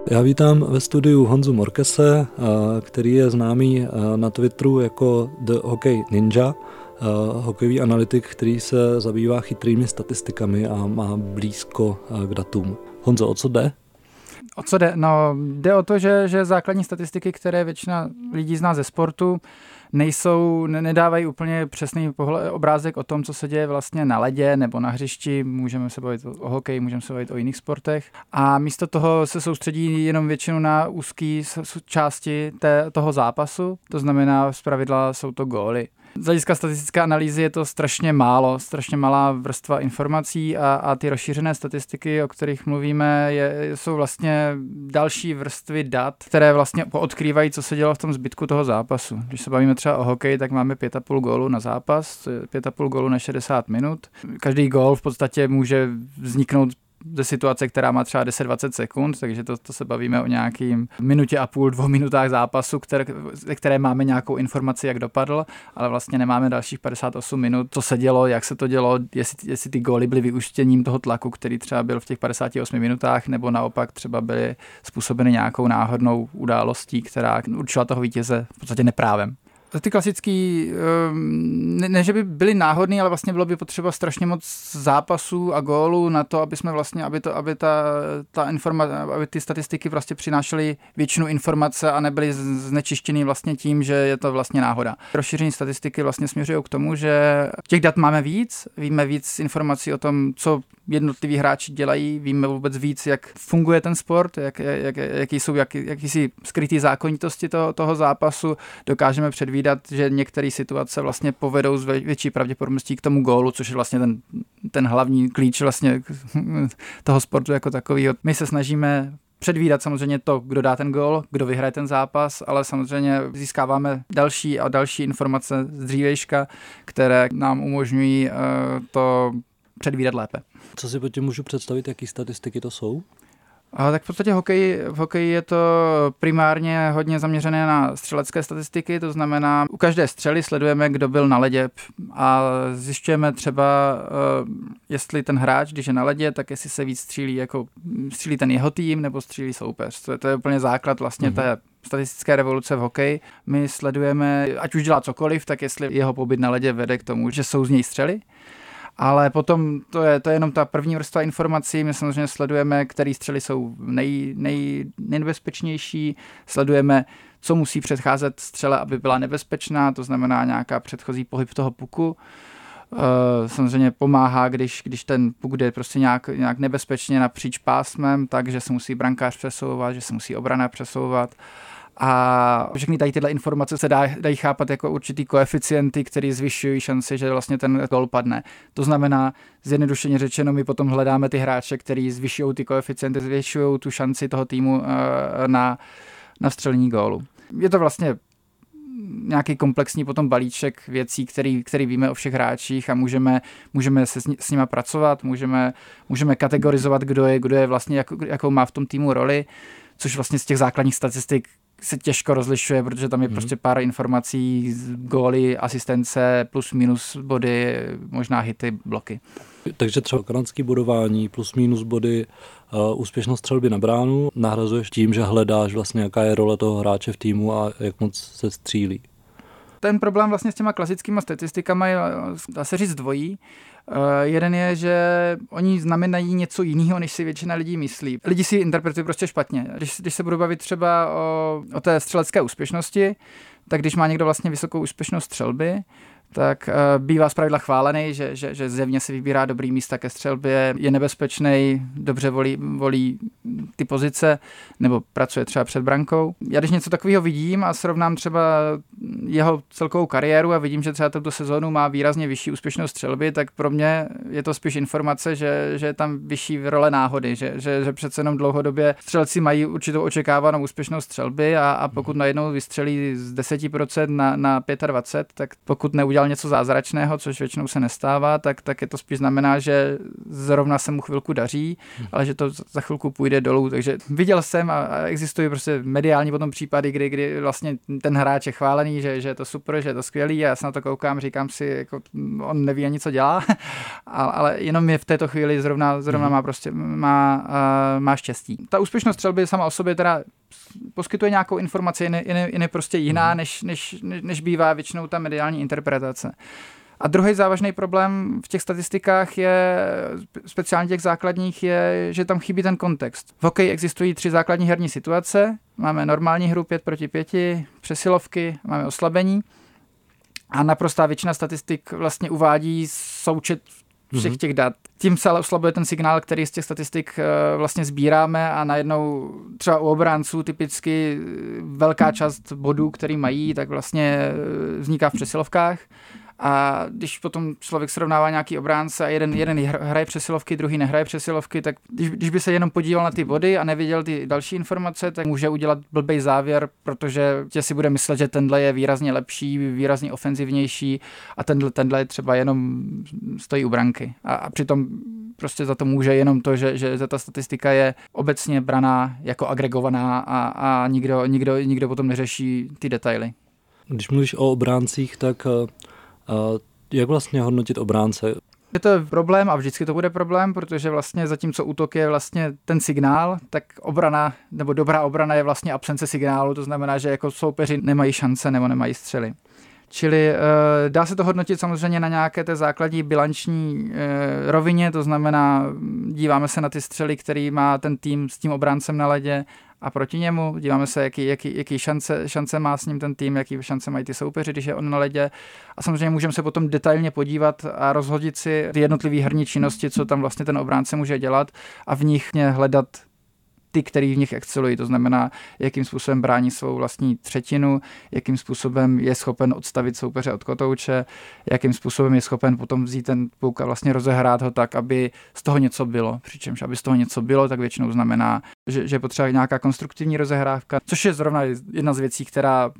Já vítám ve studiu Honzu Morkese, který je známý na Twitteru jako The Hockey Ninja, hokejový analytik, který se zabývá chytrými statistikami a má blízko k datům. Honzo, o co jde? O co jde? No, jde o to, že základní statistiky, které většina lidí zná ze sportu, nedávají úplně přesný obrázek o tom, co se děje vlastně na ledě nebo na hřišti. Můžeme se bavit o hokeji, můžeme se bavit o jiných sportech. A místo toho se soustředí jenom většinou na úzké části toho zápasu. To znamená, zpravidla jsou to góly. Z hlediska statistické analýzy je to strašně malá vrstva informací a ty rozšířené statistiky, o kterých mluvíme, jsou vlastně další vrstvy dat, které vlastně odkrývají, co se dělo v tom zbytku toho zápasu. Když se bavíme třeba o hokeji, tak máme 5,5 gólu na zápas, 5,5 gólu na 60 minut. Každý gól v podstatě může vzniknout ze situace, která má třeba 10-20 sekund, takže to se bavíme o nějakým minutě a půl, 2 minutách zápasu, které máme nějakou informaci, jak dopadl, ale vlastně nemáme dalších 58 minut, co se dělo, jak se to dělo, jestli ty góly byly vyústěním toho tlaku, který třeba byl v těch 58 minutách, nebo naopak třeba byly způsobeny nějakou náhodnou událostí, která určila toho vítěze v podstatě neprávem. Ty klasický, ne že by byly náhodný, ale vlastně bylo by potřeba strašně moc zápasů a gólů na to, aby jsme vlastně, aby ty statistiky vlastně přinášely většinu informace a nebyly znečištěný vlastně tím, že je to vlastně náhoda. Rozšíření statistiky vlastně směřují k tomu, že těch dat máme víc, víme víc informací o tom, co jednotliví hráči dělají, víme vůbec víc, jak funguje ten sport, jaký jsou jakýsi skrytý zákonitosti toho zápasu, dokážeme předvídat, že některé situace vlastně povedou s větší pravděpodobností k tomu gólu, což je vlastně ten hlavní klíč vlastně toho sportu jako takového. My se snažíme předvídat samozřejmě to, kdo dá ten gól, kdo vyhraje ten zápas, ale samozřejmě získáváme další a další informace z dřívejška, které nám umožňují to předvídat lépe. Co si pod tím můžu představit, jaký statistiky to jsou? Tak v podstatě v hokeji je to primárně hodně zaměřené na střelecké statistiky, to znamená, u každé střely sledujeme, kdo byl na ledě a zjišťujeme třeba, jestli ten hráč, když je na ledě, tak jestli se víc střílí ten jeho tým nebo střílí soupeř. To je úplně základ vlastně té statistické revoluce v hokeji. My sledujeme, ať už dělá cokoliv, tak jestli jeho pobyt na ledě vede k tomu, že jsou z něj střely. Ale potom to je jenom ta první vrstva informací. My samozřejmě sledujeme, které střely jsou nejnebezpečnější. Sledujeme, co musí předcházet střele, aby byla nebezpečná. To znamená nějaká předchozí pohyb toho puku. Samozřejmě pomáhá, když ten puk jde prostě nějak nebezpečně napříč pásmem, takže se musí brankář přesouvat, že se musí obrana přesouvat. A všechny tady tyhle informace se dají chápat jako určitý koeficienty, který zvyšují šanci, že vlastně ten gól padne. To znamená, zjednodušeně řečeno, my potom hledáme ty hráče, který zvyšují ty koeficienty, zvyšují tu šanci toho týmu na vstřelení gólu. Je to vlastně nějaký komplexní potom balíček věcí, který víme o všech hráčích a můžeme se s nima pracovat, můžeme kategorizovat, kdo je vlastně, jakou má v tom týmu roli, což vlastně z těch základních statistik se těžko rozlišuje, protože tam je prostě pár informací, góly, asistence, plus minus body, možná hity, bloky. Takže třeba kanadské bodování, plus minus body, úspěšnost střelby na bránu nahrazuješ tím, že hledáš vlastně, jaká je role toho hráče v týmu a jak moc se střílí. Ten problém vlastně s těma klasickými statistikama je, dá se říct, dvojí. Jeden je, že oni znamenají něco jiného, než si většina lidí myslí. Lidi si interpretují prostě špatně. Když se budu bavit třeba o té střelecké úspěšnosti, tak když má někdo vlastně vysokou úspěšnost střelby, tak bývá zpravidla chválený, že zjevně si vybírá dobrý místa ke střelbě, je nebezpečný, dobře volí ty pozice, nebo pracuje třeba před brankou. Já když něco takového vidím a srovnám třeba jeho celkovou kariéru a vidím, že třeba tuto sezónu má výrazně vyšší úspěšnost střelby, tak pro mě je to spíš informace, že je tam vyšší role náhody, že přece jenom dlouhodobě střelci mají určitou očekávanou úspěšnost střelby a pokud najednou vystřelí z 10% na 25%, tak pokud neudělá udělal něco zázračného, což většinou se nestává, tak je to spíš znamená, že zrovna se mu chvilku daří, ale že to za chvilku půjde dolů. Takže viděl jsem a existují prostě mediální potom případy, kdy vlastně ten hráč je chválený, že je to super, že je to skvělý a já se na to koukám, říkám si, jako on neví ani co dělá, ale jenom je v této chvíli zrovna má štěstí. Ta úspěšnost střelby sama o sobě teda poskytuje nějakou informaci, je prostě jiná, než bývá většinou ta mediální interpretace. A druhý závažný problém v těch statistikách je, speciálně těch základních, je, že tam chybí ten kontext. V hokeji existují 3 základní herní situace. Máme normální hru 5 proti 5, přesilovky, máme oslabení. A naprostá většina statistik vlastně uvádí součet všech těch dat. Tím se ale oslabuje ten signál, který z těch statistik vlastně sbíráme a najednou třeba u obránců typicky velká část bodů, který mají, tak vlastně vzniká v přesilovkách. A když potom člověk srovnává nějaký obránce a jeden hraje přesilovky, druhý nehraje přesilovky, tak když by se jenom podíval na ty body a neviděl ty další informace, tak může udělat blbej závěr, protože si bude myslet, že tenhle je výrazně lepší, výrazně ofenzivnější a tenhle třeba jenom stojí u branky. A přitom prostě za to může jenom to, že ta statistika je obecně braná jako agregovaná a nikdo potom neřeší ty detaily. Když mluvíš o obráncích, tak jak vlastně hodnotit obránce? Je to problém a vždycky to bude problém, protože vlastně zatímco útok je vlastně ten signál, tak obrana nebo dobrá obrana je vlastně absence signálu, to znamená, že jako soupeři nemají šance nebo nemají střely. Čili dá se to hodnotit samozřejmě na nějaké té základní bilanční rovině, to znamená, díváme se na ty střely, který má ten tým s tím obráncem na ledě a proti němu, díváme se, jaký šance má s ním ten tým, jaký šance mají ty soupeři, když je on na ledě. A samozřejmě můžeme se potom detailně podívat a rozhodit si ty jednotlivé herní činnosti, co tam vlastně ten obránce může dělat a v nich hledat ty, který v nich excelují, to znamená, jakým způsobem brání svou vlastní třetinu, jakým způsobem je schopen odstavit soupeře od kotouče, jakým způsobem je schopen potom vzít ten puk a vlastně rozehrát ho tak, aby z toho něco bylo. Přičemž, aby z toho něco bylo, tak většinou znamená, že je potřeba nějaká konstruktivní rozehrávka, což je zrovna jedna z věcí, která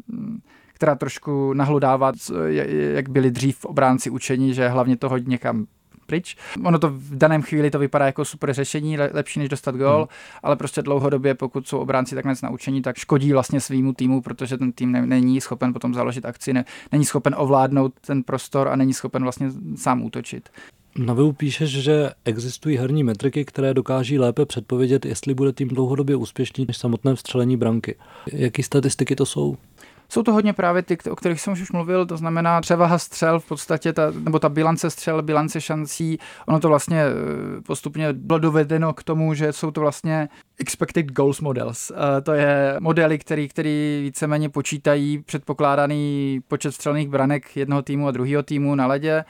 trošku nahlodává, jak byli dřív obránci učení, že hlavně to hodí někam pryč. Ono to v daném chvíli to vypadá jako super řešení, lepší než dostat gól, ale prostě dlouhodobě, pokud jsou obránci takhle naučení, tak škodí vlastně svýmu týmu, protože ten tým není schopen potom založit akci, není schopen ovládnout ten prostor a není schopen vlastně sám útočit. Na webu píšeš, že existují herní metriky, které dokáží lépe předpovědět, jestli bude tým dlouhodobě úspěšný než samotné vstřelení branky. Jaký statistiky to jsou? Jsou to hodně právě ty, o kterých jsem už mluvil, to znamená převaha střel, v podstatě ta bilance střel, bilance šancí, ono to vlastně postupně bylo dovedeno k tomu, že jsou to vlastně expected goals models. To je modely, který víceméně počítají předpokládaný počet střelných branek jednoho týmu a druhého týmu na ledě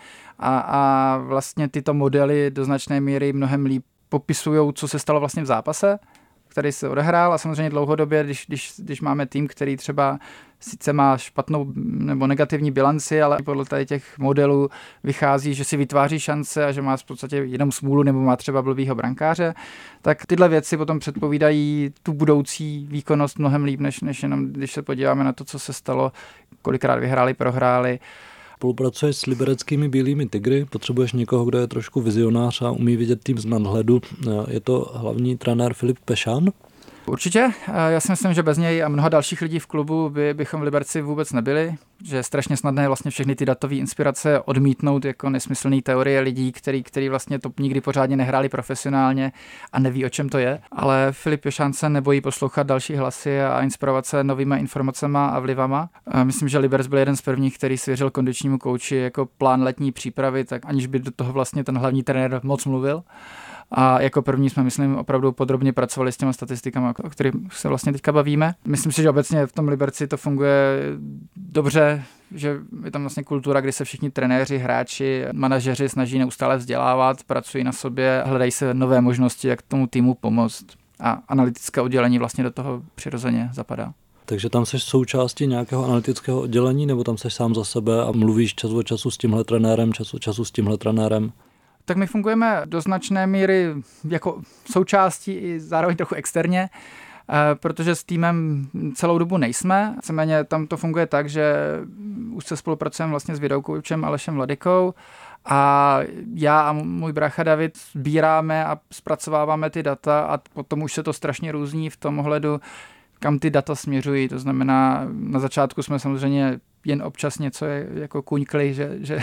a vlastně tyto modely do značné míry mnohem líp popisují, co se stalo vlastně v zápase, který se odehrál a samozřejmě dlouhodobě, když máme tým, který třeba sice má špatnou nebo negativní bilanci, ale podle tady těch modelů vychází, že si vytváří šance a že má v podstatě jenom smůlu nebo má třeba blbýho brankáře, tak tyhle věci potom předpovídají tu budoucí výkonnost mnohem líp, než jenom když se podíváme na to, co se stalo, kolikrát vyhráli, prohráli. Spolupracuješ s libereckými Bílými tygry, potřebuješ někoho, kdo je trošku vizionář a umí vidět tým z nadhledu. Je to hlavní trenér Filip Pešán? Určitě. Já si myslím, že bez něj a mnoha dalších lidí v klubu bychom v Liberci vůbec nebyli. Že je strašně snadné vlastně všechny ty datové inspirace odmítnout jako nesmyslné teorie lidí, který vlastně to nikdy pořádně nehráli profesionálně a neví, o čem to je. Ale Filip Pešán se nebojí poslouchat další hlasy a inspirovat se novými informacemi a vlivama. Myslím, že Liberec byl jeden z prvních, který svěřil kondičnímu kouči jako plán letní přípravy, tak aniž by do toho vlastně ten hlavní trenér moc mluvil. A jako první jsme, myslím, opravdu podrobně pracovali s těma statistikami, o kterých se vlastně teďka bavíme. Myslím si, že obecně v tom Liberci to funguje dobře, že je tam vlastně kultura, kdy se všichni trenéři, hráči, manažeři snaží neustále vzdělávat, pracují na sobě, hledají se nové možnosti, jak tomu týmu pomoct. A analytické oddělení vlastně do toho přirozeně zapadá. Takže tam jsi součástí nějakého analytického oddělení, nebo tam jsi sám za sebe a mluvíš čas od času s tímhle trenérem, čas od času s tímhle trenérem? Tak my fungujeme do značné míry jako součástí i zároveň trochu externě. protože s týmem celou dobu nejsme. Víceméně tam to funguje tak, že už se spolupracujeme vlastně s videokoučem Alešem Vladykou a já a můj brácha David sbíráme a zpracováváme ty data a potom už se to strašně různí v tom ohledu, kam ty data směřují. To znamená, na začátku jsme samozřejmě jen občas něco jako kuňkli, že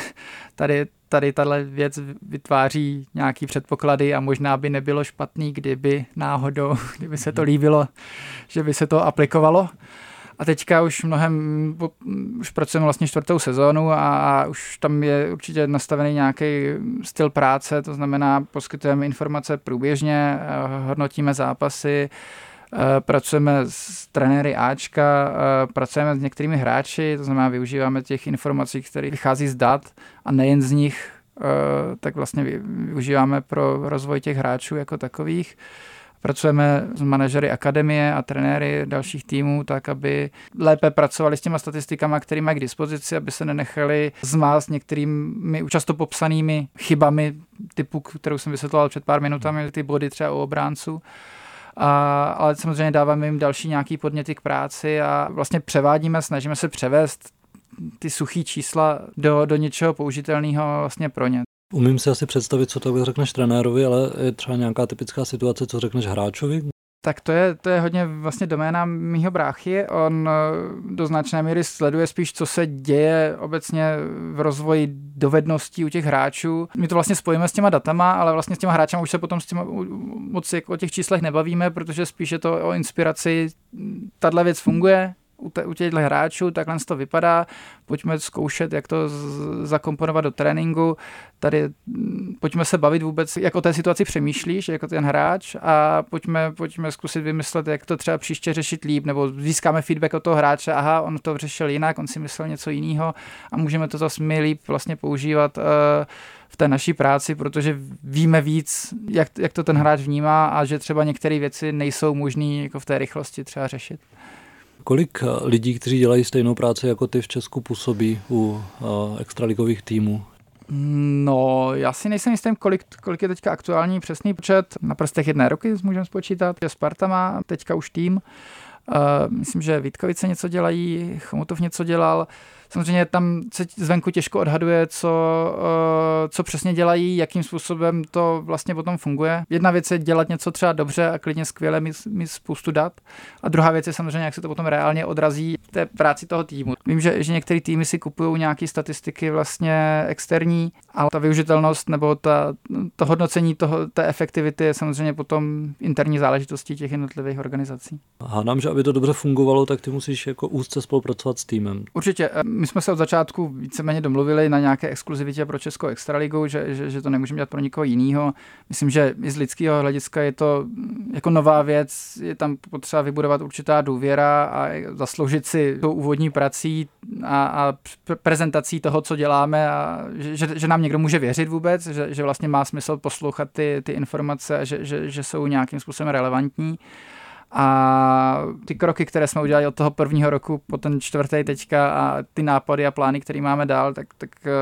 tady tahle věc vytváří nějaký předpoklady a možná by nebylo špatný, kdyby náhodou, kdyby se to líbilo, že by se to aplikovalo. A teďka už už pracujeme vlastně 4. sezónu a už tam je určitě nastavený nějaký styl práce, to znamená poskytujeme informace průběžně, hodnotíme zápasy, pracujeme s trenéry Ačka, pracujeme s některými hráči, to znamená využíváme těch informací, které vychází z dat a nejen z nich, tak vlastně využíváme pro rozvoj těch hráčů jako takových. Pracujeme s manažery akademie a trenéry dalších týmů tak, aby lépe pracovali s těma statistikama, které mají k dispozici, aby se nenechali zmást některými často popsanými chybami typu, kterou jsem vysvětloval před pár minutami, ty body třeba u obránců. Ale samozřejmě dáváme jim další nějaký podněty k práci a vlastně převádíme, snažíme se převést ty suchý čísla do něčeho použitelného vlastně pro ně. Umím si asi představit, co tak řekneš trenérovi, ale je třeba nějaká typická situace, co řekneš hráčovi? Tak to je hodně vlastně doména mýho bráchy. On do značné míry sleduje spíš, co se děje obecně v rozvoji dovedností u těch hráčů. My to vlastně spojíme s těma datama, ale vlastně s těma hráčama už se potom s těma moc o těch číslech nebavíme, protože spíš je to o inspiraci. Tahle věc funguje u těchto hráčů, takhle to vypadá, pojďme zkoušet, jak to zakomponovat do tréninku, tady pojďme se bavit vůbec, jak o té situaci přemýšlíš, jako ten hráč a pojďme zkusit vymyslet, jak to třeba příště řešit líp, nebo získáme feedback od toho hráče, aha, on to řešil jinak, on si myslel něco jiného a můžeme to zase my líp vlastně používat v té naší práci, protože víme víc, jak to ten hráč vnímá a že třeba některé věci nejsou možné jako v té rychlosti třeba řešit. Kolik lidí, kteří dělají stejnou práci jako ty v Česku, působí u extraligových týmů? No, já si nejsem jistý, kolik je teďka aktuální přesný počet. Na prstech 1 ruky můžeme spočítat. Sparta má teďka už tým. Myslím, že Vítkovice něco dělají, Chomutov něco dělal. Samozřejmě tam se zvenku těžko odhaduje, co přesně dělají, jakým způsobem to vlastně potom funguje. Jedna věc je dělat něco třeba dobře a klidně skvěle, mít spoustu dat. A druhá věc je samozřejmě, jak se to potom reálně odrazí v té práci toho týmu. Vím, že některé týmy si kupují nějaké statistiky vlastně externí, ale ta využitelnost nebo to hodnocení té efektivity je samozřejmě potom interní záležitostí těch jednotlivých organizací. Hádám, že aby to dobře fungovalo, tak ty musíš jako úzce spolupracovat s týmem. Určitě. My jsme se od začátku víceméně domluvili na nějaké exkluzivitě pro Českou extraligu, že to nemůžeme dělat pro nikoho jiného. Myslím, že i z lidského hlediska je to jako nová věc, je tam potřeba vybudovat určitá důvěra a zasloužit si tou úvodní prací a prezentací toho, co děláme a že nám někdo může věřit vůbec, že vlastně má smysl poslouchat ty informace a že jsou nějakým způsobem relevantní. A ty kroky, které jsme udělali od toho 1. roku po ten 4. teďka a ty nápady a plány, které máme dál, tak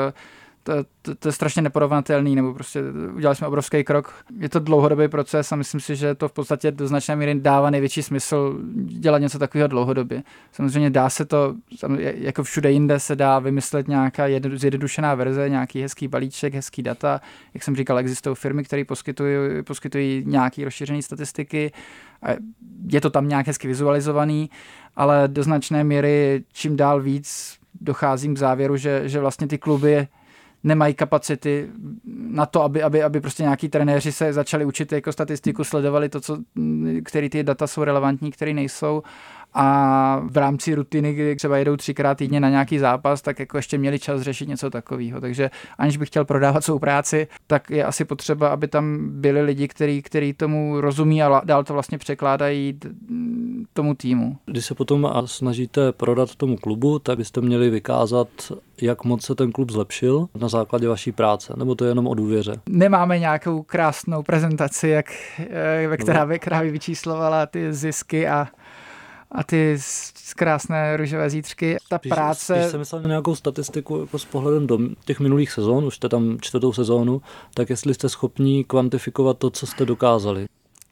to je strašně neporovnatelný, nebo prostě udělali jsme obrovský krok. Je to dlouhodobý proces a myslím si, že to v podstatě do značné míry dává největší smysl dělat něco takového dlouhodobě. Samozřejmě dá se to, jako všude jinde se dá vymyslet nějaká zjednodušená verze, nějaký hezký balíček, hezký data. Jak jsem říkal, existují firmy, které poskytují nějaké rozšířené statistiky. A je to tam nějak hezky vizualizovaný, ale do značné míry čím dál víc docházím k závěru, že vlastně ty kluby nemají kapacity na to, aby prostě nějaký trenéři se začali učit jako statistiku, sledovali to, který ty data jsou relevantní, které nejsou a v rámci rutiny, kdy třeba jedou 3krát týdně na nějaký zápas, tak jako ještě měli čas řešit něco takového. Takže aniž bych chtěl prodávat svou práci, tak je asi potřeba, aby tam byli lidi, kteří tomu rozumí a dál to vlastně překládají tomu týmu. Když se potom snažíte prodat tomu klubu, tak byste měli vykázat, jak moc se ten klub zlepšil na základě vaší práce, nebo to je jenom o důvěře? Nemáme nějakou krásnou prezentaci, která by vyčíslovala ty zisky a ty krásné růžové zítřky. Spíš jsem myslel na nějakou statistiku jako s pohledem do těch minulých sezón, už jste tam 4. sezónu, tak jestli jste schopní kvantifikovat to, co jste dokázali.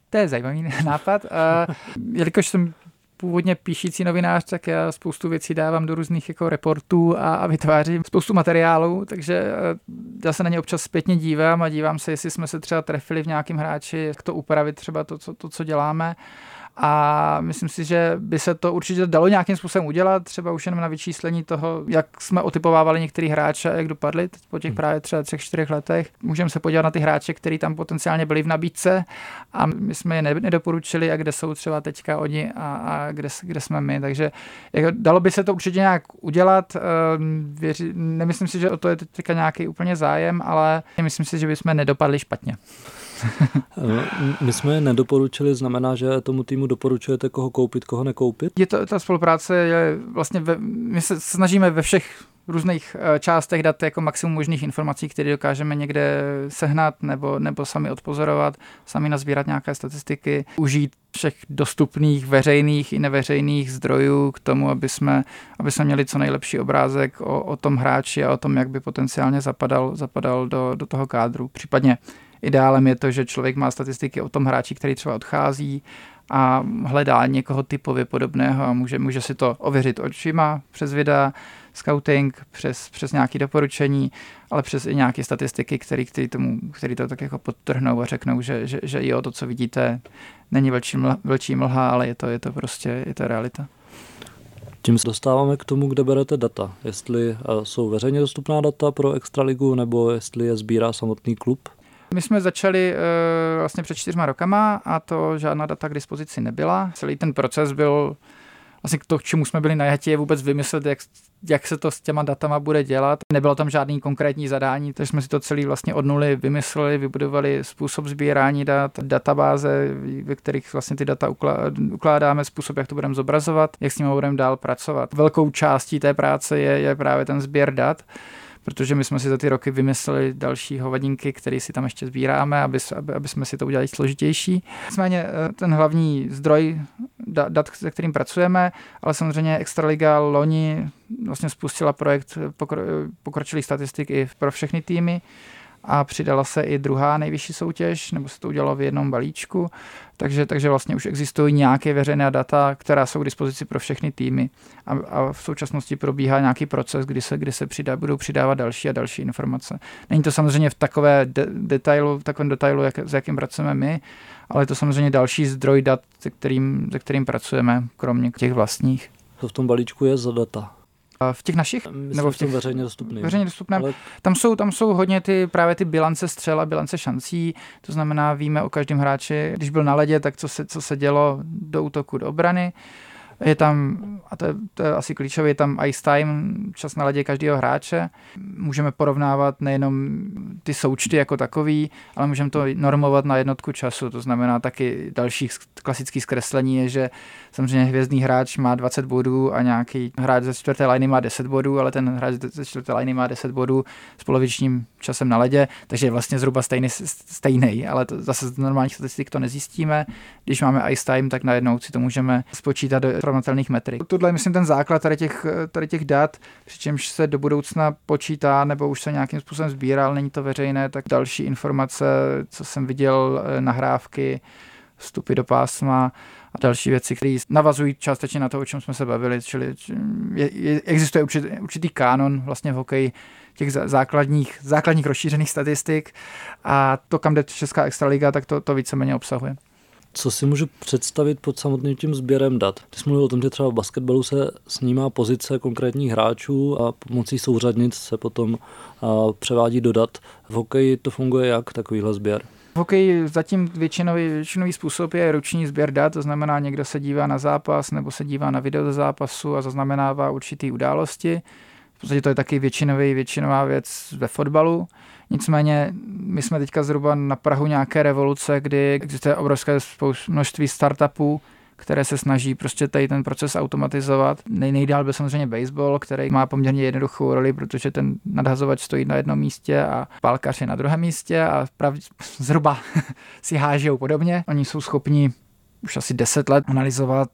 To je zajímavý nápad. Jelikož jsem původně píšící novinář, tak já spoustu věcí dávám do různých jako reportů a vytvářím spoustu materiálů, takže já se na ně občas zpětně dívám a dívám se, jestli jsme se třeba trefili v nějakém hráči, jak to upravit třeba to, co děláme. A myslím si, že by se to určitě dalo nějakým způsobem udělat, třeba už jenom na vyčíslení toho, jak jsme otypovávali některý hráče, jak dopadli po těch právě třeba 3-4 letech. Můžeme se podívat na ty hráče, kteří tam potenciálně byli v nabídce a my jsme je nedoporučili a kde jsou třeba teďka oni a kde jsme my. Takže dalo by se to určitě nějak udělat. Nemyslím si, že o to je teďka nějaký úplně zájem, ale myslím si, že bychom nedopadli špatně. My jsme je nedoporučili, znamená, že tomu týmu doporučujete, koho koupit, koho nekoupit? Ta spolupráce je vlastně, my se snažíme ve všech různých částech dát jako maximum možných informací, které dokážeme někde sehnat nebo sami odpozorovat, sami nazbírat nějaké statistiky, užít všech dostupných veřejných i neveřejných zdrojů k tomu, aby jsme měli co nejlepší obrázek o tom hráči a o tom, jak by potenciálně zapadal do toho kádru. Případně ideálem je to, že člověk má statistiky o tom hráči, který třeba odchází a hledá někoho typově podobného a může si to ověřit očima přes videa, scouting, přes nějaké doporučení, ale přes i nějaké statistiky, který to tak jako podtrhnou a řeknou, že jo, to, co vidíte, není vlčí mlha, ale je to realita. Tím se dostáváme k tomu, kde berete data. Jestli jsou veřejně dostupná data pro Extraligu, nebo jestli je sbírá samotný klub? My jsme začali vlastně před 4 rokama a to žádná data k dispozici nebyla. Celý ten proces byl vlastně to, k čemu jsme byli najati, je vůbec vymyslet, jak se to s těma datama bude dělat. Nebylo tam žádný konkrétní zadání, takže jsme si to celý vlastně od nuly vymysleli, vybudovali způsob sbírání dat, databáze, ve kterých vlastně ty data ukládáme, způsob, jak to budeme zobrazovat, jak s nimi budeme dál pracovat. Velkou částí té práce je právě ten sběr dat, protože my jsme si za ty roky vymysleli další hovadinky, které si tam ještě sbíráme, aby jsme si to udělali složitější. Nicméně ten hlavní zdroj dat, se kterým pracujeme, ale samozřejmě Extraliga loni vlastně spustila projekt pokročilých statistik i pro všechny týmy a přidala se i druhá nejvyšší soutěž, nebo se to udělalo v jednom balíčku, takže vlastně už existují nějaké veřejné data, která jsou k dispozici pro všechny týmy a v současnosti probíhá nějaký proces, kdy se budou přidávat další a další informace. Není to samozřejmě v takovém detailu, s jakým pracujeme my, ale je to samozřejmě další zdroj dat, se kterým pracujeme, kromě těch vlastních. Co v tom balíčku je za data? V těch našich? Myslím, nebo v těch veřejně dostupných. Veřejně dostupném. Ale... Tam jsou hodně právě ty bilance střel a bilance šancí, to znamená, víme o každém hráči, když byl na ledě, tak co se dělo do útoku, do obrany. Je tam, a to je asi klíčové, je tam ice time, čas na ledě každého hráče. Můžeme porovnávat nejenom ty součty jako takový, ale můžeme to normovat na jednotku času. To znamená taky další klasické zkreslení je, že samozřejmě hvězdný hráč má 20 bodů a nějaký hráč ze 4. liny má 10 bodů, ale ten hráč ze 4. liny má 10 bodů s polovičním časem na ledě, takže je vlastně zhruba stejný, ale to zase z normálních statistik to nezjistíme. Když máme ice time, tak najednou si to můžeme spočítat do srovnatelných metrik. Tohle je, myslím, ten základ tady těch dat, přičemž se do budoucna počítá, nebo už se nějakým způsobem sbírá, ale není to veřejné, tak další informace, co jsem viděl, nahrávky, vstupy do pásma a další věci, které navazují částečně na to, o čem jsme se bavili, čili existuje určitý kánon vlastně v hokeji těch základních rozšířených statistik a to, kam jde Česká extraliga, tak to víceméně obsahuje. Co si můžu představit pod samotným tím sběrem dat? Ty jsi mluvil o tom, že třeba v basketbalu se snímá pozice konkrétních hráčů a pomocí souřadnic se potom převádí do dat. V hokeji to funguje jak, takovýhle sběr? V hokeji zatím většinový způsob je ruční sběr dat, to znamená, někdo se dívá na zápas nebo se dívá na video do zápasu a zaznamenává určitý události. V podstatě to je taky většinová věc ve fotbalu. Nicméně my jsme teďka zhruba na prahu nějaké revoluce, kdy existuje obrovské množství startupů, které se snaží prostě tady ten proces automatizovat. Nejdál byl samozřejmě baseball, který má poměrně jednoduchou roli, protože ten nadhazovač stojí na jednom místě a pálkař je na druhém místě a zhruba si hážou podobně. Oni jsou schopni už asi 10 let analyzovat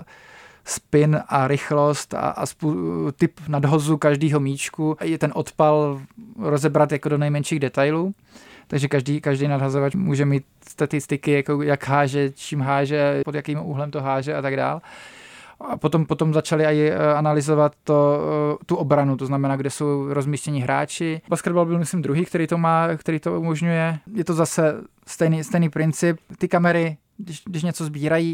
spin a rychlost a typ nadhozu každého míčku. Je ten odpal rozebrat jako do nejmenších detailů. takže každý nadhazovač může mít statistiky, jako jak háže, čím háže, pod jakým úhlem to háže a tak dál. A potom začali i analyzovat tu obranu, to znamená, kde jsou rozmístění hráči. Basketbal byl, myslím, druhý, který to umožňuje. Je to zase stejný princip. Ty kamery, když něco sbírají,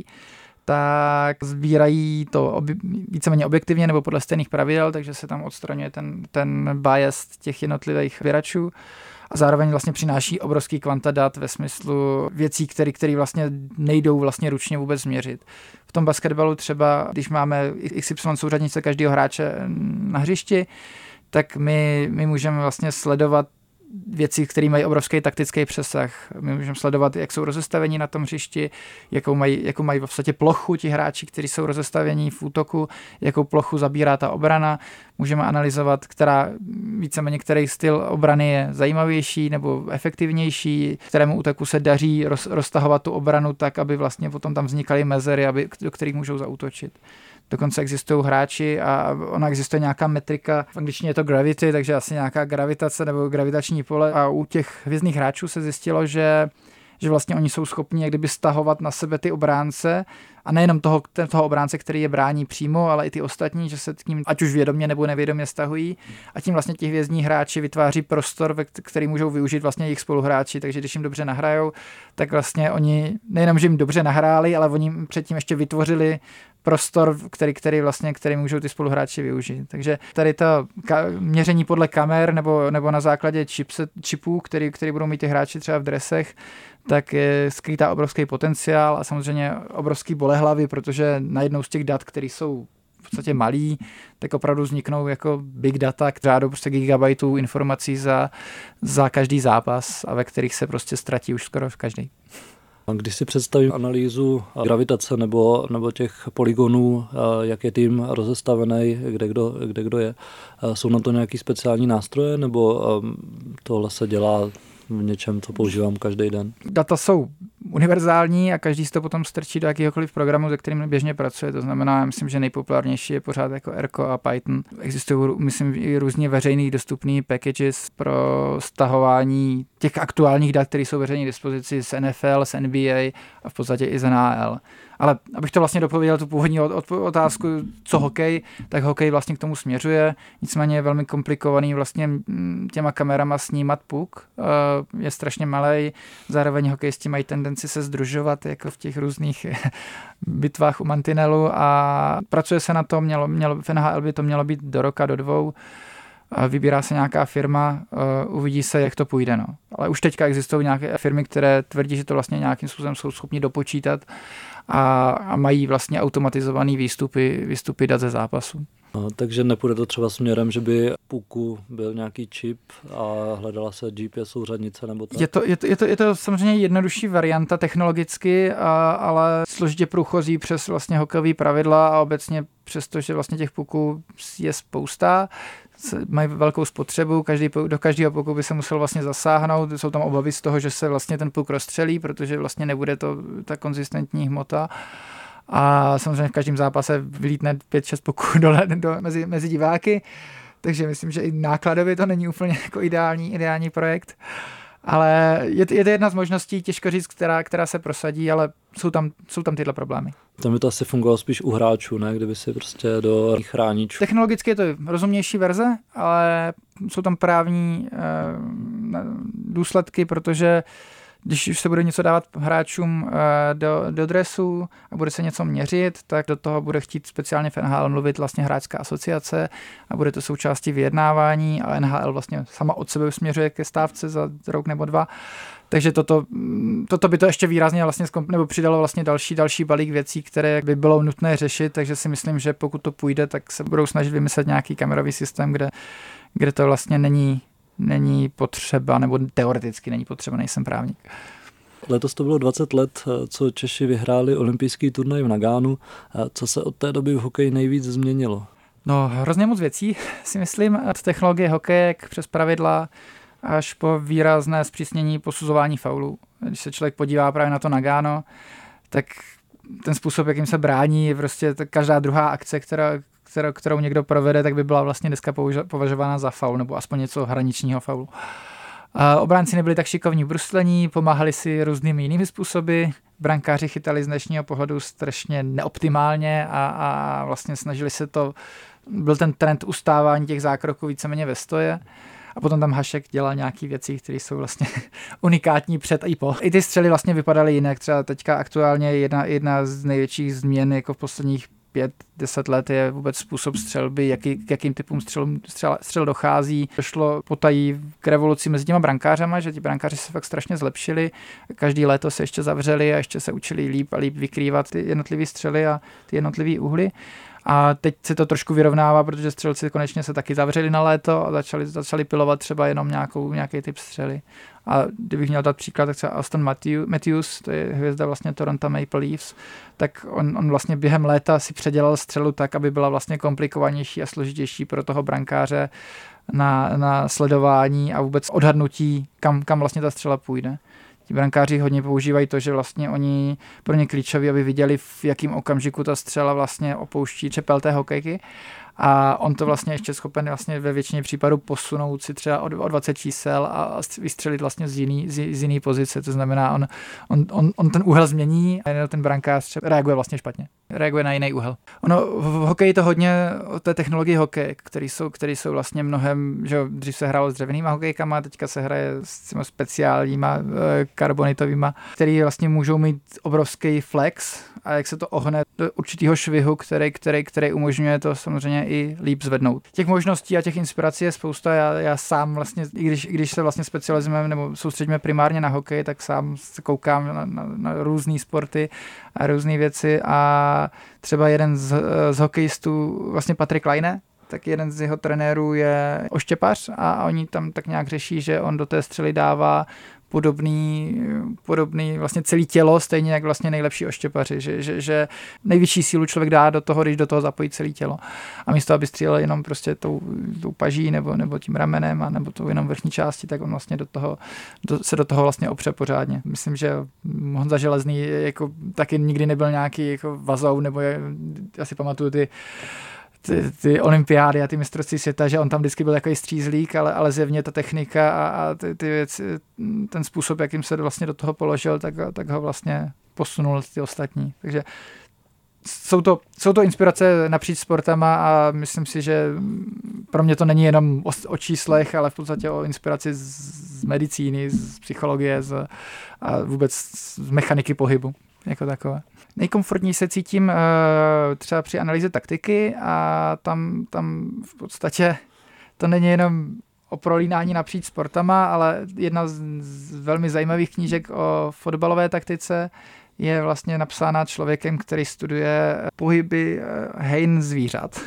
tak sbírají to víceméně objektivně nebo podle stejných pravidel, takže se tam odstraňuje ten bias těch jednotlivých sběračů. A zároveň vlastně přináší obrovský kvanta dat ve smyslu věcí, které vlastně nejdou vlastně ručně vůbec změřit. V tom basketbalu třeba, když máme XY souřadnice každého hráče na hřišti, tak my můžeme vlastně sledovat věci, které mají obrovský taktický přesah. My můžeme sledovat, jak jsou rozestavení na tom hřišti, jakou mají v podstatě plochu ti hráči, kteří jsou rozestavení v útoku, jakou plochu zabírá ta obrana. Můžeme analyzovat, víceméně který styl obrany je zajímavější nebo efektivnější, kterému útoku se daří roztahovat tu obranu tak, aby vlastně potom tam vznikaly mezery, do kterých můžou zaútočit. Dokonce existují hráči a ona existuje nějaká metrika, v angličtině je to gravity, takže asi nějaká gravitace nebo gravitační pole a u těch hvězdných hráčů se zjistilo, že vlastně oni jsou schopni jak kdyby stahovat na sebe ty obránce a nejenom toho obránce, který je brání přímo, ale i ty ostatní, že se k ním ať už vědomě nebo nevědomě stahují a tím vlastně ti hvězdní hráči vytváří prostor, který můžou využít vlastně jejich spoluhráči, takže když jim dobře nahrajou, tak vlastně oni nejenom, že jim dobře nahráli, ale oni předtím ještě vytvořili prostor, který můžou ty spoluhráči využít. Takže tady to měření podle kamer nebo na základě čipů, který budou mít ty hráči třeba v dresech, tak skrytá obrovský potenciál a samozřejmě obrovský bolehlavy, protože najednou z těch dat, které jsou v podstatě malý, tak opravdu vzniknou jako big data, k řádu prostě gigabajtů informací za každý zápas a ve kterých se prostě ztratí už skoro každý. Když si představím analýzu gravitace nebo těch polygonů, jak je tým rozestavený, kde kdo je, jsou na to nějaký speciální nástroje, nebo tohle se dělá v něčem, co používám každý den? Data jsou univerzální a každý si to potom strčí do jakéhokoliv programu, se kterým běžně pracuje. To znamená, já myslím, že nejpopulárnější je pořád jako Erko a Python. Existují, myslím, i různě veřejný dostupný packages pro stahování těch aktuálních dat, které jsou veřejné dispozici z NFL, z NBA a v podstatě i z NHL. Ale abych to vlastně dopověděl tu původní otázku, co hokej, tak hokej vlastně k tomu směřuje. Nicméně je velmi komplikovaný vlastně těma kamerama snímat puk. Je strašně malej, zároveň hokejisti mají tendenci se sdružovat jako v těch různých bitvách u mantinelu a pracuje se na to, v NHL by to mělo být do roka, do 2. Vybírá se nějaká firma, uvidí se, jak to půjde. No. Ale už teďka existují nějaké firmy, které tvrdí, že to vlastně nějakým způsobem jsou schopni dopočítat a mají vlastně automatizované výstupy dat ze zápasu. Takže nepůjde to třeba směrem, že by puku byl nějaký čip a hledala se GPS souřadnice nebo tak? Je to samozřejmě jednodušší varianta technologicky, ale složitě průchozí přes vlastně hokejové pravidla a obecně přestože vlastně těch puků je spousta, mají velkou spotřebu, do každého puku by se musel vlastně zasáhnout, jsou tam obavy z toho, že se vlastně ten puk rozstřelí, protože vlastně nebude to ta konzistentní hmota. A samozřejmě v každém zápase vylítne 5-6 puků mezi diváky, takže myslím, že i nákladově to není úplně jako ideální projekt. Ale je to jedna z možností, těžko říct, která se prosadí, ale jsou tam tyhle problémy. Tam by to asi fungovalo spíš u hráčů, ne? Kdyby si prostě do chráničů. Technologicky je to rozumnější verze, ale jsou tam právní důsledky, protože když se bude něco dávat hráčům do dresu a bude se něco měřit, tak do toho bude chtít speciálně v NHL mluvit vlastně hráčská asociace a bude to součástí vyjednávání a NHL vlastně sama od sebe směřuje ke stávce za rok nebo 2. Takže toto by to ještě výrazně vlastně nebo přidalo vlastně další balík věcí, které by bylo nutné řešit, takže si myslím, že pokud to půjde, tak se budou snažit vymyslet nějaký kamerový systém, kde to vlastně není potřeba, nebo teoreticky není potřeba, nejsem právník. Letos to bylo 20 let, co Češi vyhráli olympijský turnaj v Nagánu. Co se od té doby v hokeji nejvíc změnilo? No, hrozně moc věcí, si myslím, od technologie hokejek přes pravidla až po výrazné zpřísnění posuzování faulů. Když se člověk podívá právě na to Nagano, tak ten způsob, jakým se brání, je prostě každá druhá akce, kterou někdo provede, tak by byla vlastně dneska považována za faul, nebo aspoň něco hraničního faulu. Obránci nebyli tak šikovní v bruslení, pomáhali si různými jinými způsoby. Brankáři chytali z dnešního pohledu strašně neoptimálně a vlastně snažili se to, byl ten trend ustávání těch zákroků víceméně ve stoje. A potom tam Hašek dělal nějaké věci, které jsou vlastně unikátní před a i po. I ty střely vlastně vypadaly jinak. Třeba teďka aktuálně jedna z největších změn jako v posledních 5-10 let je vůbec způsob střelby, k jakým typům střel dochází. Došlo potají k revoluci mezi těma brankářama, že ti brankáři se fakt strašně zlepšili. Každý léto se ještě zavřeli a ještě se učili líp a líp vykrývat ty jednotlivé střely a ty jednotlivé uhly. A teď se to trošku vyrovnává, protože střelci konečně se taky zavřeli na léto a začali pilovat třeba jenom nějaký typ střely. A kdybych měl dát příklad, tak třeba Auston Matthews, to je hvězda vlastně Toronto Maple Leafs, tak on vlastně během léta si předělal střelu tak, aby byla vlastně komplikovanější a složitější pro toho brankáře na sledování a vůbec odhadnutí, kam vlastně ta střela půjde. Ti brankáři hodně používají to, že vlastně oni pro ně klíčoví, aby viděli, v jakém okamžiku ta střela vlastně opouští čepel té hokejky. A on to vlastně ještě schopen vlastně ve většině případů posunout si třeba o 20 čísel a vystřelit vlastně z jiný pozice. To znamená, on ten úhel změní a ten brankář reaguje vlastně špatně. Reaguje na jiný úhel. Ono v hokeji to hodně o té technologii hokeje, které jsou vlastně mnohem, že dřív se hrálo s dřevěnýma hokejkama, teďka se hraje s těmi speciálníma karbonitovýma, který vlastně můžou mít obrovský flex a jak se to ohne do určitého švihu, který umožňuje to samozřejmě i líp zvednout. Těch možností a těch inspirací je spousta. Já sám vlastně, i když se vlastně specializujeme nebo soustředíme primárně na hokej, tak sám se koukám na různé sporty a různé věci a třeba jeden z hokejistů, vlastně Patrik Laine, tak jeden z jeho trenérů je oštěpař a oni tam tak nějak řeší, že on do té střely dává podobný vlastně celé tělo, stejně jak vlastně nejlepší oštěpaři, že nejvyšší sílu člověk dá do toho, když do toho zapojí celé tělo. A místo, aby střílel jenom prostě tou paží nebo tím ramenem a nebo tou jenom vrchní části, tak on vlastně se do toho vlastně opře pořádně. Myslím, že Honza Železný jako taky nikdy nebyl nějaký jako vazou, nebo já si pamatuju ty olympiády a ty mistrovství světa, že on tam vždycky byl jako střízlík, ale zjevně ta technika a ty věci, ten způsob, jakým se vlastně do toho položil, tak ho vlastně posunul ty ostatní. Takže jsou to inspirace napříč sportama a myslím si, že pro mě to není jenom o číslech, ale v podstatě o inspiraci z medicíny, z psychologie a vůbec z mechaniky pohybu jako takové. Nejkomfortněji se cítím třeba při analýze taktiky a tam v podstatě to není jenom o prolínání napříč sportama, ale jedna z velmi zajímavých knížek o fotbalové taktice je vlastně napsána člověkem, který studuje pohyby hejn zvířat.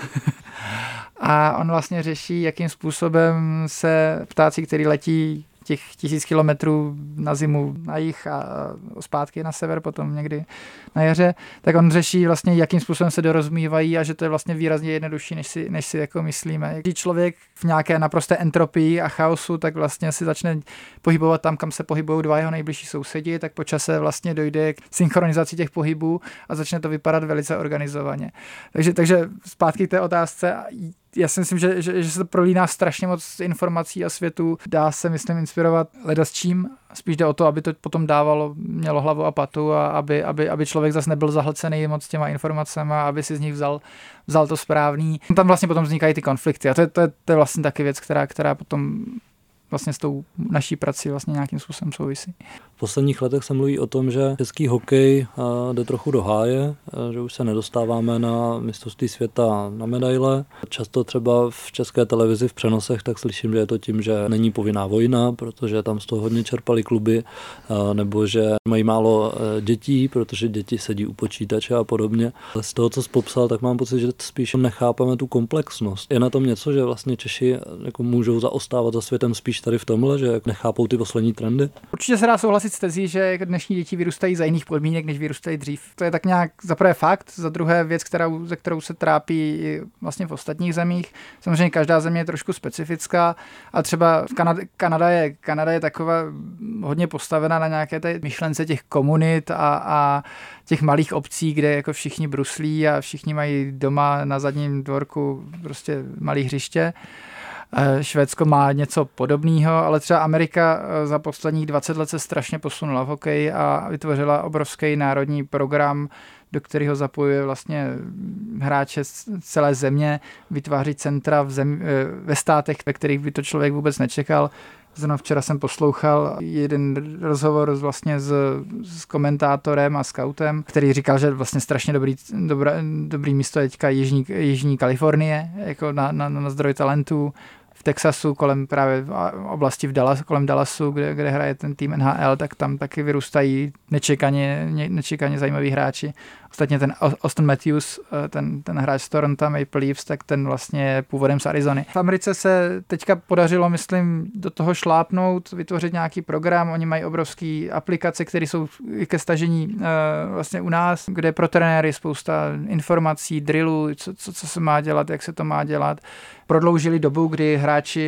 A on vlastně řeší, jakým způsobem se ptáci, který letí těch 1000 kilometrů na zimu na jih a zpátky na sever, potom někdy na jaře, tak on řeší vlastně, jakým způsobem se dorozmívají a že to je vlastně výrazně jednodušší, než si jako myslíme. Když člověk v nějaké naprosté entropii a chaosu, tak vlastně si začne pohybovat tam, kam se pohybují dva jeho nejbližší sousedi, tak po čase vlastně dojde k synchronizaci těch pohybů a začne to vypadat velice organizovaně. Takže zpátky k té otázce. Já si myslím, že se to prolíná strašně moc informací a světů. Dá se, myslím, inspirovat leda s čím. Spíš jde o to, aby to potom mělo hlavu a patu a aby člověk zase nebyl zahlcený moc těma informacemi, aby si z nich vzal to správný. Tam vlastně potom vznikají ty konflikty a to je vlastně taky věc, která potom vlastně s tou naší prací vlastně nějakým způsobem souvisí. V posledních letech se mluví o tom, že český hokej jde trochu do háje, že už se nedostáváme na mistrovství světa na medaile. Často třeba v české televizi v přenosech tak slyším, že je to tím, že není povinná vojna, protože tam z toho hodně čerpali kluby, nebo že mají málo dětí, protože děti sedí u počítače a podobně. Z toho, co jsi popsal, tak mám pocit, že spíš nechápeme tu komplexnost. Je na tom něco, že vlastně Češi jako můžou zaostávat za světem spíš tady v tomhle, že nechápou ty poslední trendy? Určitě se dá souhlasit s tezí, že dnešní děti vyrůstají za jiných podmínek, než vyrůstají dřív. To je tak nějak za prvé fakt, za druhé věc, ze kterou se trápí vlastně v ostatních zemích. Samozřejmě každá země je trošku specifická a třeba Kanada je taková hodně postavená na nějaké té myšlence těch komunit a těch malých obcí, kde jako všichni bruslí a všichni mají doma na zadním dvorku prostě malý hřiště. Švédsko má něco podobného, ale třeba Amerika za posledních 20 let se strašně posunula v hokeji a vytvořila obrovský národní program, do kterého zapojuje vlastně hráče z celé země, vytváří centra ve státech, ve kterých by to člověk vůbec nečekal. Zrovna včera jsem poslouchal jeden rozhovor vlastně s komentátorem a skautem, který říkal, že vlastně strašně dobrý místo je teďka Jižní Kalifornie, jako na zdroj talentů. V Texasu, kolem právě oblasti kolem Dallasu, kde hraje ten tým NHL, tak tam taky vyrůstají nečekaně zajímaví hráči. Ostatně ten Auston Matthews, ten hráč z Toronto Maple Leafs, tak ten vlastně je původem z Arizony. V Americe se teďka podařilo, myslím, do toho šlápnout, vytvořit nějaký program. Oni mají obrovský aplikace, které jsou ke stažení vlastně u nás, kde pro trenéry spousta informací, drillů, co se má dělat, jak se to má dělat. Prodloužili dobu, kdy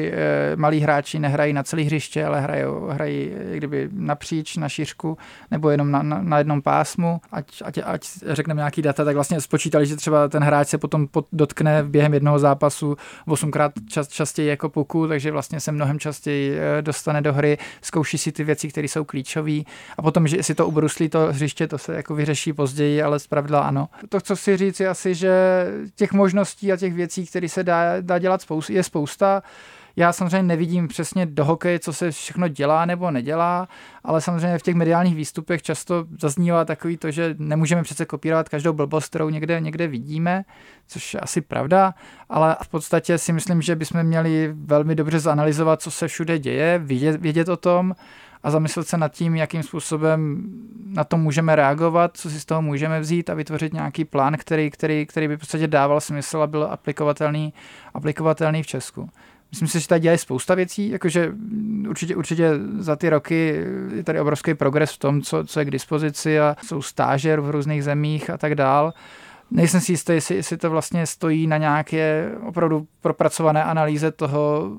malí hráči nehrají na celý hřiště, ale hrají kdyby napříč, na šířku, nebo jenom na jednom pásmu. Ať řekneme nějaký data, tak vlastně spočítali, že třeba ten hráč se potom dotkne během jednoho zápasu 8krát častěji jako puku, takže vlastně se mnohem častěji dostane do hry, zkouší si ty věci, které jsou klíčové, a potom, že si to ubruslí to hřiště, to se jako vyřeší později, ale zpravidla ano. To, co chci říct, je asi, že těch možností a těch věcí, které se dá dělat, je spousta. Já samozřejmě nevidím přesně do hokeje, co se všechno dělá nebo nedělá, ale samozřejmě v těch mediálních výstupech často zaznívá takový to, že nemůžeme přece kopírovat každou blbost, kterou někde vidíme, což je asi pravda, ale v podstatě si myslím, že bychom měli velmi dobře zanalyzovat, co se všude děje, vědět o tom a zamyslet se nad tím, jakým způsobem na to můžeme reagovat, co si z toho můžeme vzít a vytvořit nějaký plán, který by v podstatě dával smysl a byl aplikovatelný v Česku. Myslím si, že tady dělají spousta věcí, jakože určitě za ty roky je tady obrovský progres v tom, co je k dispozici, a jsou stáže v různých zemích a tak dál. Nejsem si jistý, jestli to vlastně stojí na nějaké opravdu propracované analýze toho,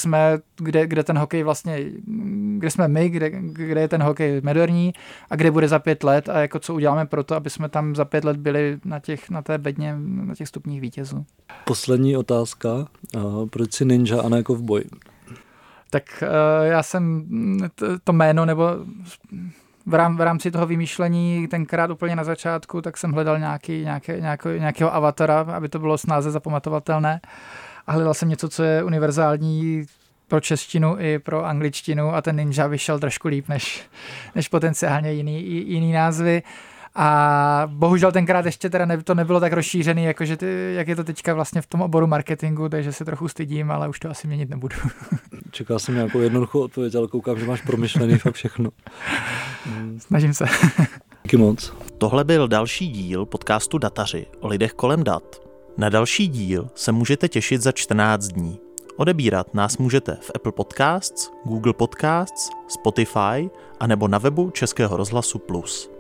kde ten hokej vlastně, kde jsme my, kde je ten hokej moderní a kde bude za 5 let a jako co uděláme pro to, aby jsme tam za 5 let byli na té bedně, na těch stupních vítězů. Poslední otázka. Proč si ninja a ne kovboj? Tak já jsem to jméno nebo v rámci toho vymýšlení tenkrát úplně na začátku, tak jsem hledal nějakého avatara, aby to bylo snáze zapamatovatelné, a hledal jsem něco, co je univerzální pro češtinu i pro angličtinu, a ten ninja vyšel trošku líp než potenciálně jiný názvy. A bohužel tenkrát ještě teda to nebylo tak rozšířený, jakože jak je to teďka vlastně v tom oboru marketingu, takže se trochu stydím, ale už to asi měnit nebudu. Čekal jsem nějakou jednoduchou odpověď, ale koukám, že máš promyšlený fakt všechno. Snažím se. Díky moc. Tohle byl další díl podcastu Dataři o lidech kolem dat. Na další díl se můžete těšit za 14 dní. Odebírat nás můžete v Apple Podcasts, Google Podcasts, Spotify a nebo na webu Českého rozhlasu Plus.